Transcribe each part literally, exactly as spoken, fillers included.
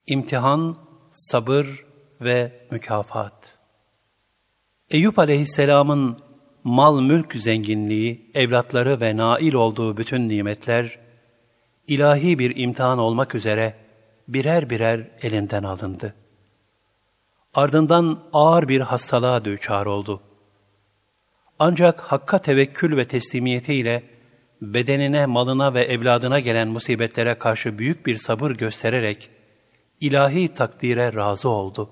İmtihan, sabır ve mükafat. Eyüp Aleyhisselam'ın mal mülk zenginliği, evlatları ve nail olduğu bütün nimetler, ilahi bir imtihan olmak üzere birer birer elinden alındı. Ardından ağır bir hastalığa düçar oldu. Ancak Hakk'a tevekkül ve teslimiyetiyle bedenine, malına ve evladına gelen musibetlere karşı büyük bir sabır göstererek ilahi takdire razı oldu.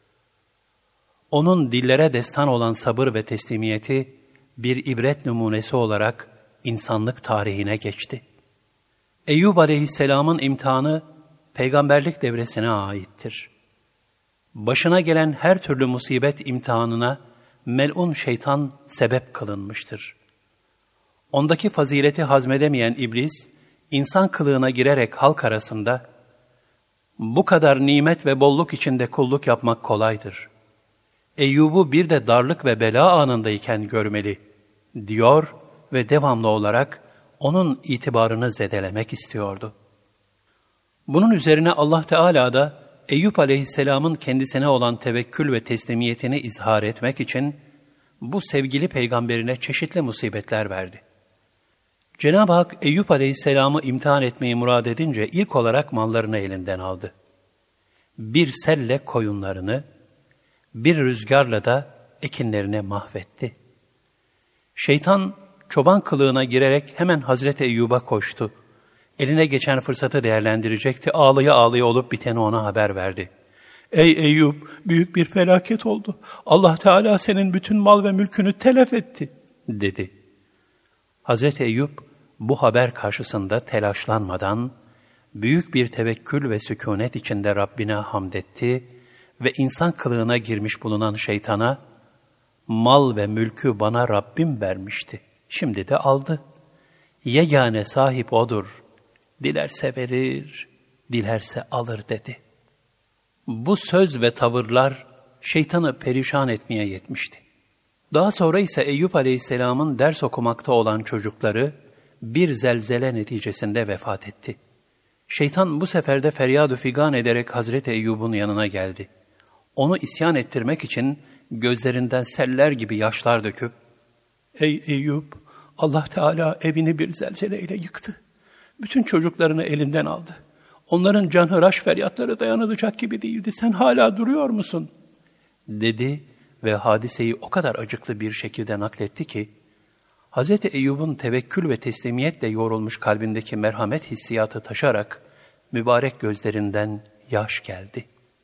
Onun dillere destan olan sabır ve teslimiyeti bir ibret numunesi olarak insanlık tarihine geçti. Eyüp Aleyhisselam'ın imtihanı peygamberlik devresine aittir. Başına gelen her türlü musibet imtihanına mel'un şeytan sebep kılınmıştır. Ondaki fazileti hazmedemeyen iblis, insan kılığına girerek halk arasında, bu kadar nimet ve bolluk içinde kulluk yapmak kolaydır. Eyyub'u bir de darlık ve bela anındayken görmeli, diyor ve devamlı olarak onun itibarını zedelemek istiyordu. Bunun üzerine Allah Teala da Eyüp Aleyhisselam'ın kendisine olan tevekkül ve teslimiyetini izhar etmek için bu sevgili peygamberine çeşitli musibetler verdi. Cenab-ı Hak Eyüp Aleyhisselam'ı imtihan etmeyi murad edince ilk olarak mallarını elinden aldı. Bir selle koyunlarını, bir rüzgarla da ekinlerini mahvetti. Şeytan çoban kılığına girerek hemen Hazreti Eyyub'a koştu. Eline geçen fırsatı değerlendirecekti. Ağlaya ağlaya olup biteni ona haber verdi. Ey Eyüp, büyük bir felaket oldu. Allah Teala senin bütün mal ve mülkünü telef etti, dedi. Hazreti Eyüp bu haber karşısında telaşlanmadan, büyük bir tevekkül ve sükûnet içinde Rabbine hamd etti ve insan kılığına girmiş bulunan şeytana, mal ve mülkü bana Rabbim vermişti, şimdi de aldı. Yegane sahip O'dur, dilerse verir, dilerse alır dedi. Bu söz ve tavırlar şeytanı perişan etmeye yetmişti. Daha sonra ise Eyüp Aleyhisselam'ın ders okumakta olan çocukları bir zelzele neticesinde vefat etti. Şeytan bu sefer de feryad-ı figan ederek Hazreti Eyyub'un yanına geldi. Onu isyan ettirmek için gözlerinden seller gibi yaşlar döküp, ''Ey Eyüp, Allah Teala evini bir zelzeleyle yıktı. Bütün çocuklarını elinden aldı. Onların canhıraş feryatları dayanılacak gibi değildi. Sen hala duruyor musun?'' dedi ve hadiseyi o kadar acıklı bir şekilde nakletti ki, Hz. Eyyub'un tevekkül ve teslimiyetle yoğrulmuş kalbindeki merhamet hissiyatı taşarak mübarek gözlerinden yaş geldi.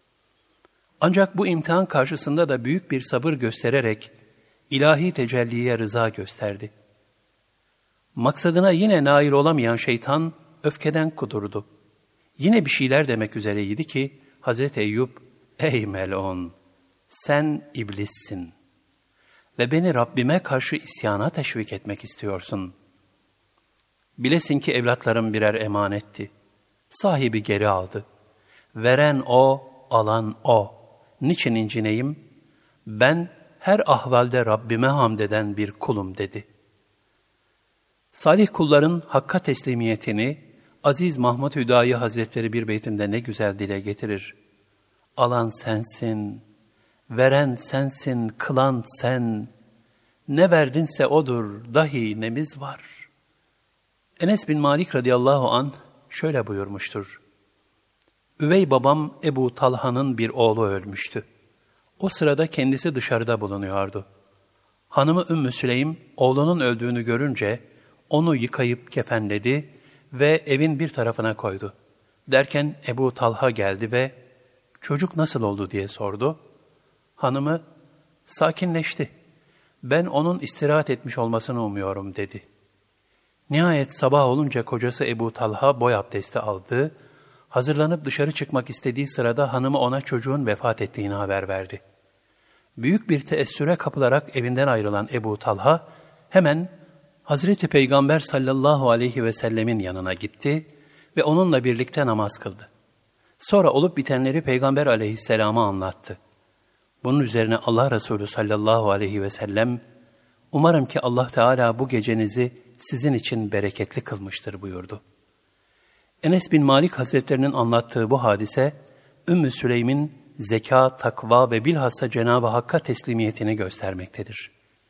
Ancak bu imtihan karşısında da büyük bir sabır göstererek ilahi tecelliye rıza gösterdi. Maksadına yine nail olamayan şeytan öfkeden kudurdu. Yine bir şeyler demek üzereydi ki Hz. Eyyub, ''Ey melun, sen iblissin ve beni Rabbime karşı isyana teşvik etmek istiyorsun. Bilesin ki evlatlarım birer emanetti. Sahibi geri aldı. Veren O, alan O. Niçin incineyim? Ben her ahvalde Rabbime hamd eden bir kulum,'' dedi. Salih kulların Hakk'a teslimiyetini Aziz Mahmud Hüdayi Hazretleri bir beytinde ne güzel dile getirir. Alan sensin, veren sensin, kılan sen, ne verdinse odur, dahi nemiz var. Enes bin Malik radıyallahu anh şöyle buyurmuştur. Üvey babam Ebu Talha'nın bir oğlu ölmüştü. O sırada kendisi dışarıda bulunuyordu. Hanımı Ümmü Süleym oğlunun öldüğünü görünce onu yıkayıp kefenledi ve evin bir tarafına koydu. Derken Ebu Talha geldi ve çocuk nasıl oldu diye sordu. Hanımı, sakinleşti. Ben onun istirahat etmiş olmasını umuyorum, dedi. Nihayet sabah olunca kocası Ebu Talha boy abdesti aldı. Hazırlanıp dışarı çıkmak istediği sırada hanımı ona çocuğun vefat ettiğini haber verdi. Büyük bir teessüre kapılarak evinden ayrılan Ebu Talha hemen Hazreti Peygamber sallallahu aleyhi ve sellemin yanına gitti ve onunla birlikte namaz kıldı. Sonra olup bitenleri Peygamber aleyhisselama anlattı. Bunun üzerine Allah Resulü sallallahu aleyhi ve sellem, umarım ki Allah Teala bu gecenizi sizin için bereketli kılmıştır buyurdu. Enes bin Malik Hazretlerinin anlattığı bu hadise, Ümmü Süleym'in zeka, takva ve bilhassa Cenab-ı Hakk'a teslimiyetini göstermektedir.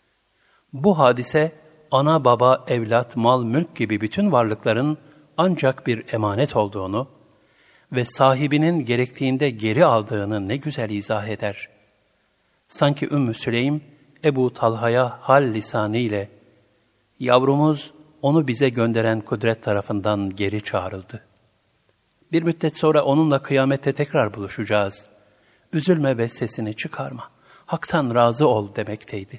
Bu hadise, ana, baba, evlat, mal, mülk gibi bütün varlıkların ancak bir emanet olduğunu ve sahibinin gerektiğinde geri aldığını ne güzel izah eder. Sanki Ümmü Süleym, Ebu Talha'ya hal lisanıyla, yavrumuz onu bize gönderen kudret tarafından geri çağrıldı. Bir müddet sonra onunla kıyamette tekrar buluşacağız. Üzülme ve sesini çıkarma. Hak'tan razı ol demekteydi.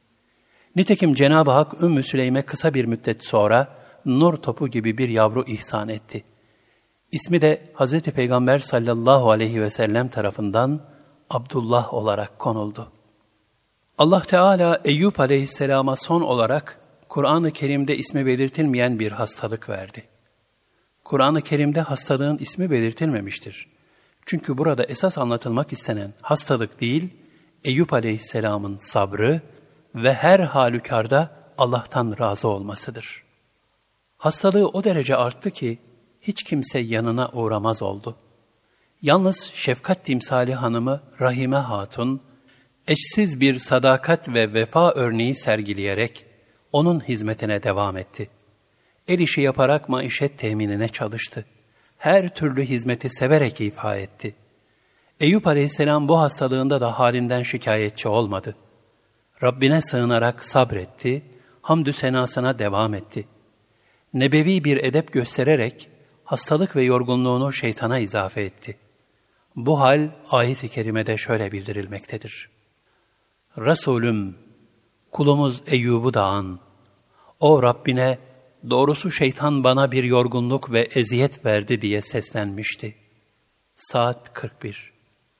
Nitekim Cenab-ı Hak Ümmü Süleym'e kısa bir müddet sonra nur topu gibi bir yavru ihsan etti. İsmi de Hazreti Peygamber sallallahu aleyhi ve sellem tarafından Abdullah olarak konuldu. Allah Teala Eyyub aleyhisselama son olarak Kur'an-ı Kerim'de ismi belirtilmeyen bir hastalık verdi. Kur'an-ı Kerim'de hastalığın ismi belirtilmemiştir. Çünkü burada esas anlatılmak istenen hastalık değil, Eyyub aleyhisselamın sabrı ve her halükarda Allah'tan razı olmasıdır. Hastalığı o derece arttı ki hiç kimse yanına uğramaz oldu. Yalnız şefkat timsali hanımı Rahime Hatun, eşsiz bir sadakat ve vefa örneği sergileyerek onun hizmetine devam etti. El işi yaparak maişet teminine çalıştı. Her türlü hizmeti severek ifa etti. Eyyub aleyhisselam bu hastalığında da halinden şikayetçi olmadı. Rabbine sığınarak sabretti, hamdü senasına devam etti. Nebevi bir edep göstererek hastalık ve yorgunluğunu şeytana izafe etti. Bu hal ayet-i kerimede şöyle bildirilmektedir. Resulüm, kulumuz Eyyub'u da an. O Rabbine, doğrusu şeytan bana bir yorgunluk ve eziyet verdi diye seslenmişti. Saat kırk bir.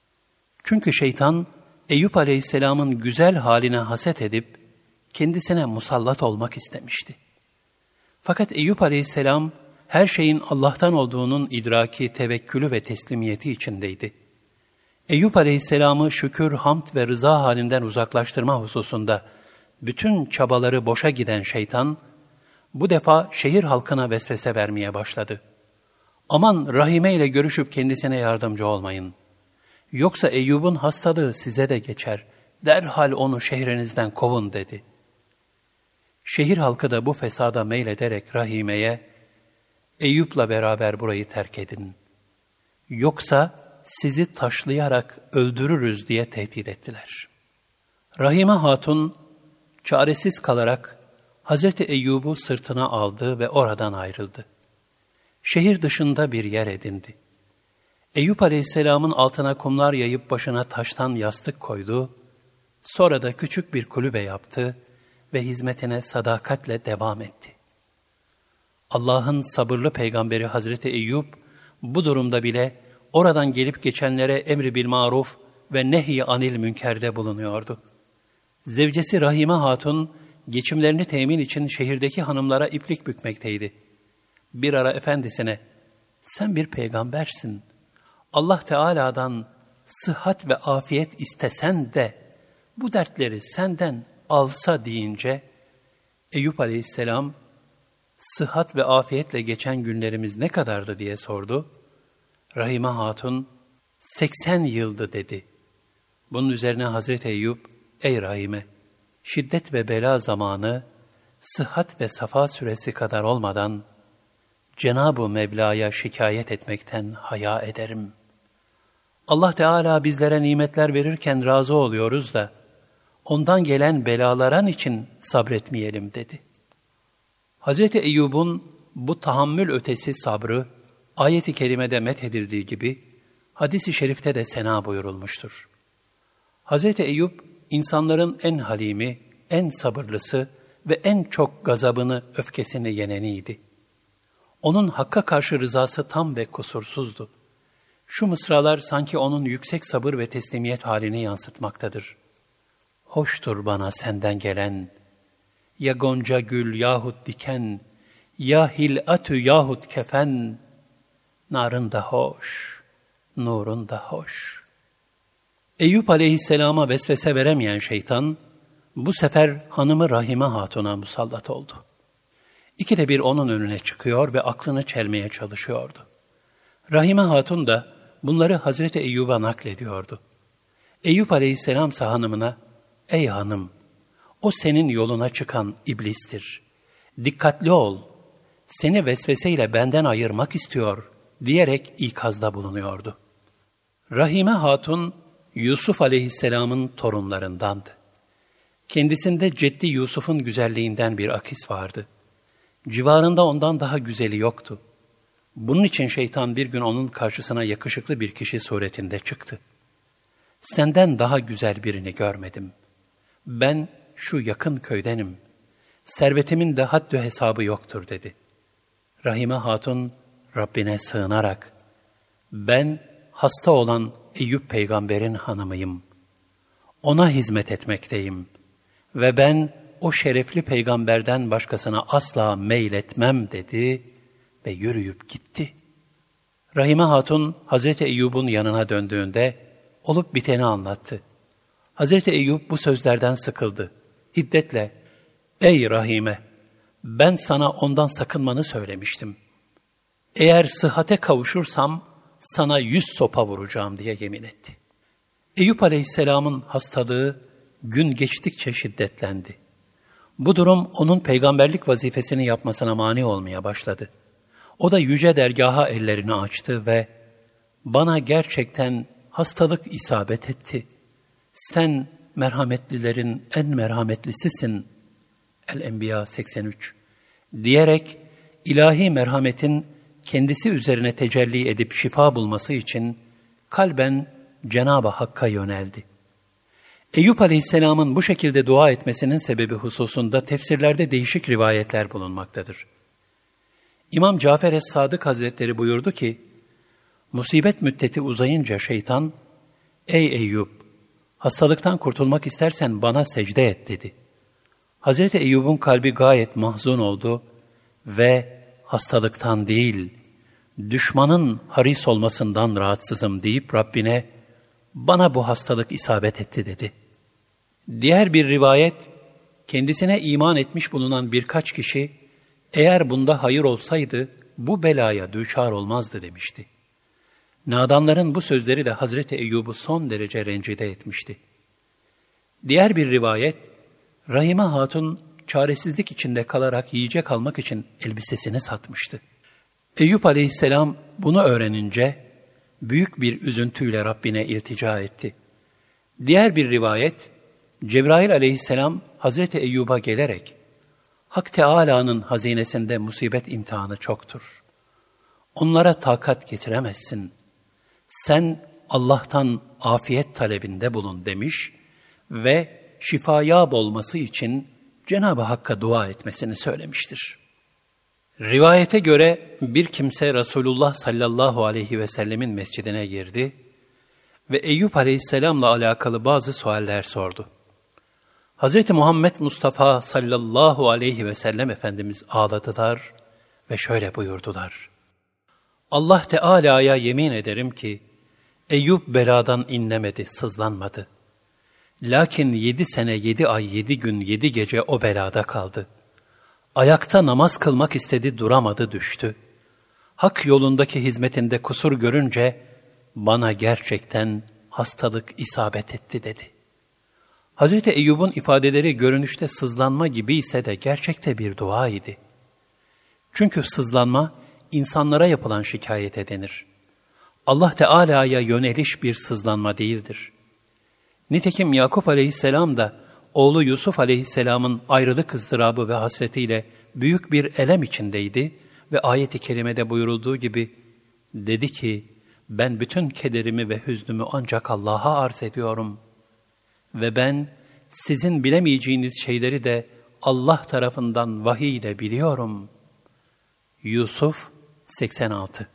Çünkü şeytan, Eyyub aleyhisselamın güzel haline haset edip, kendisine musallat olmak istemişti. Fakat Eyyub aleyhisselam, her şeyin Allah'tan olduğunun idraki, tevekkülü ve teslimiyeti içindeydi. Eyyub aleyhisselamı şükür, hamd ve rıza halinden uzaklaştırma hususunda bütün çabaları boşa giden şeytan, bu defa şehir halkına vesvese vermeye başladı. Aman Rahime ile görüşüp kendisine yardımcı olmayın. Yoksa Eyyub'un hastalığı size de geçer, derhal onu şehrinizden kovun dedi. Şehir halkı da bu fesada meylederek Rahime'ye, Eyyub'la beraber burayı terk edin. Yoksa sizi taşlayarak öldürürüz diye tehdit ettiler. Rahime Hatun, çaresiz kalarak Hazreti Eyyub'u sırtına aldı ve oradan ayrıldı. Şehir dışında bir yer edindi. Eyyub aleyhisselamın altına kumlar yayıp başına taştan yastık koydu, sonra da küçük bir kulübe yaptı ve hizmetine sadakatle devam etti. Allah'ın sabırlı peygamberi Hazreti Eyyub, bu durumda bile oradan gelip geçenlere emri bil maruf ve nehy-i anil münkerde bulunuyordu. Zevcesi Rahime Hatun, geçimlerini temin için şehirdeki hanımlara iplik bükmekteydi. Bir ara efendisine, sen bir peygambersin, Allah Teala'dan sıhhat ve afiyet istesen de bu dertleri senden alsa deyince, Eyyub aleyhisselam, sıhhat ve afiyetle geçen günlerimiz ne kadardı diye sordu. Rahime Hatun, seksen yıldı dedi. Bunun üzerine Hazreti Eyyub, ey Rahime, şiddet ve bela zamanı, sıhhat ve safa süresi kadar olmadan, Cenab-ı Mevla'ya şikayet etmekten haya ederim. Allah Teala bizlere nimetler verirken razı oluyoruz da, ondan gelen belaların için sabretmeyelim dedi. Hazreti Eyyub'un bu tahammül ötesi sabrı, ayet-i kerimede methedildiği gibi, hadis-i şerifte de sena buyurulmuştur. Hazreti Eyyub, insanların en halimi, en sabırlısı ve en çok gazabını, öfkesini yeneniydi. Onun Hakk'a karşı rızası tam ve kusursuzdu. Şu mısralar sanki onun yüksek sabır ve teslimiyet halini yansıtmaktadır. Hoştur bana senden gelen, ya gonca gül yahut diken, ya hilatü yahut kefen, narın da hoş, nurun da hoş. Eyyub aleyhisselama vesvese veremeyen şeytan, bu sefer hanımı Rahime Hatun'a musallat oldu. İki de bir onun önüne çıkıyor ve aklını çelmeye çalışıyordu. Rahime Hatun da bunları Hazreti Eyyub'a naklediyordu. Eyüp aleyhisselam ise hanımına, ''Ey hanım, o senin yoluna çıkan iblistir. Dikkatli ol, seni vesveseyle benden ayırmak istiyor.'' diyerek ikazda bulunuyordu. Rahime Hatun, Yusuf aleyhisselamın torunlarındandı. Kendisinde Ceddi Yusuf'un güzelliğinden bir akis vardı. Civarında ondan daha güzeli yoktu. Bunun için şeytan bir gün onun karşısına yakışıklı bir kişi suretinde çıktı. ''Senden daha güzel birini görmedim. Ben şu yakın köydenim. Servetimin de haddü hesabı yoktur.'' dedi. Rahime Hatun Rabbine sığınarak, ''Ben hasta olan Eyüp peygamberin hanımıyım. Ona hizmet etmekteyim ve ben o şerefli peygamberden başkasına asla meyletmem.'' dedi ve yürüyüp gitti. Rahime Hatun Hazreti Eyyub'un yanına döndüğünde olup biteni anlattı. Hazreti Eyyub bu sözlerden sıkıldı. Hiddetle, ''Ey Rahime, ben sana ondan sakınmanı söylemiştim. Eğer sıhhate kavuşursam sana yüz sopa vuracağım.'' diye yemin etti. Eyüp aleyhisselamın hastalığı gün geçtikçe şiddetlendi. Bu durum onun peygamberlik vazifesini yapmasına mani olmaya başladı. O da yüce dergaha ellerini açtı ve ''Bana gerçekten hastalık isabet etti. Sen merhametlilerin en merhametlisisin.'' El-Enbiya seksen üç diyerek ilahi merhametin kendisi üzerine tecelli edip şifa bulması için kalben Cenab-ı Hakk'a yöneldi. Eyüp Aleyhisselam'ın bu şekilde dua etmesinin sebebi hususunda tefsirlerde değişik rivayetler bulunmaktadır. İmam Cafer es-Sadık Hazretleri buyurdu ki, musibet müddeti uzayınca şeytan, ''Ey Eyüp, hastalıktan kurtulmak istersen bana secde et.'' dedi. Hazreti Eyyub'un kalbi gayet mahzun oldu ve hastalıktan değil, düşmanın haris olmasından rahatsızım deyip Rabbine, ''Bana bu hastalık isabet etti.'' dedi. Diğer bir rivayet, kendisine iman etmiş bulunan birkaç kişi, eğer bunda hayır olsaydı bu belaya düçar olmazdı demişti. Nadanların bu sözleri de Hazreti Eyyub'u son derece rencide etmişti. Diğer bir rivayet, Rahime Hatun çaresizlik içinde kalarak yiyecek almak için elbisesini satmıştı. Eyüp aleyhisselam bunu öğrenince büyük bir üzüntüyle Rabbine iltica etti. Diğer bir rivayet, Cebrail aleyhisselam Hazreti Eyyub'a gelerek, Hak Teâlâ'nın hazinesinde musibet imtihanı çoktur. Onlara takat getiremezsin. Sen Allah'tan afiyet talebinde bulun demiş ve şifaya olması için Cenab-ı Hakk'a dua etmesini söylemiştir. Rivayete göre bir kimse Resulullah sallallahu aleyhi ve sellemin mescidine girdi ve Eyüp aleyhisselamla alakalı bazı sualler sordu. Hz. Muhammed Mustafa sallallahu aleyhi ve sellem Efendimiz ağladılar ve şöyle buyurdular. Allah Teala'ya yemin ederim ki Eyüp beladan inlemedi, sızlanmadı. Lakin yedi sene, yedi ay, yedi gün, yedi gece o belada kaldı. Ayakta namaz kılmak istedi, duramadı, düştü. Hak yolundaki hizmetinde kusur görünce bana gerçekten hastalık isabet etti dedi. Hazreti Eyyub'un ifadeleri görünüşte sızlanma gibi ise de gerçekte bir dua idi. Çünkü sızlanma insanlara yapılan şikayete denir. Allah Teala'ya yöneliş bir sızlanma değildir. Nitekim Yakup aleyhisselam da oğlu Yusuf aleyhisselamın ayrılık ızdırabı ve hasretiyle büyük bir elem içindeydi ve ayet-i kerimede buyurulduğu gibi dedi ki, ben bütün kederimi ve hüznümü ancak Allah'a arz ediyorum ve ben sizin bilemeyeceğiniz şeyleri de Allah tarafından vahiy ile biliyorum. Yusuf seksen altı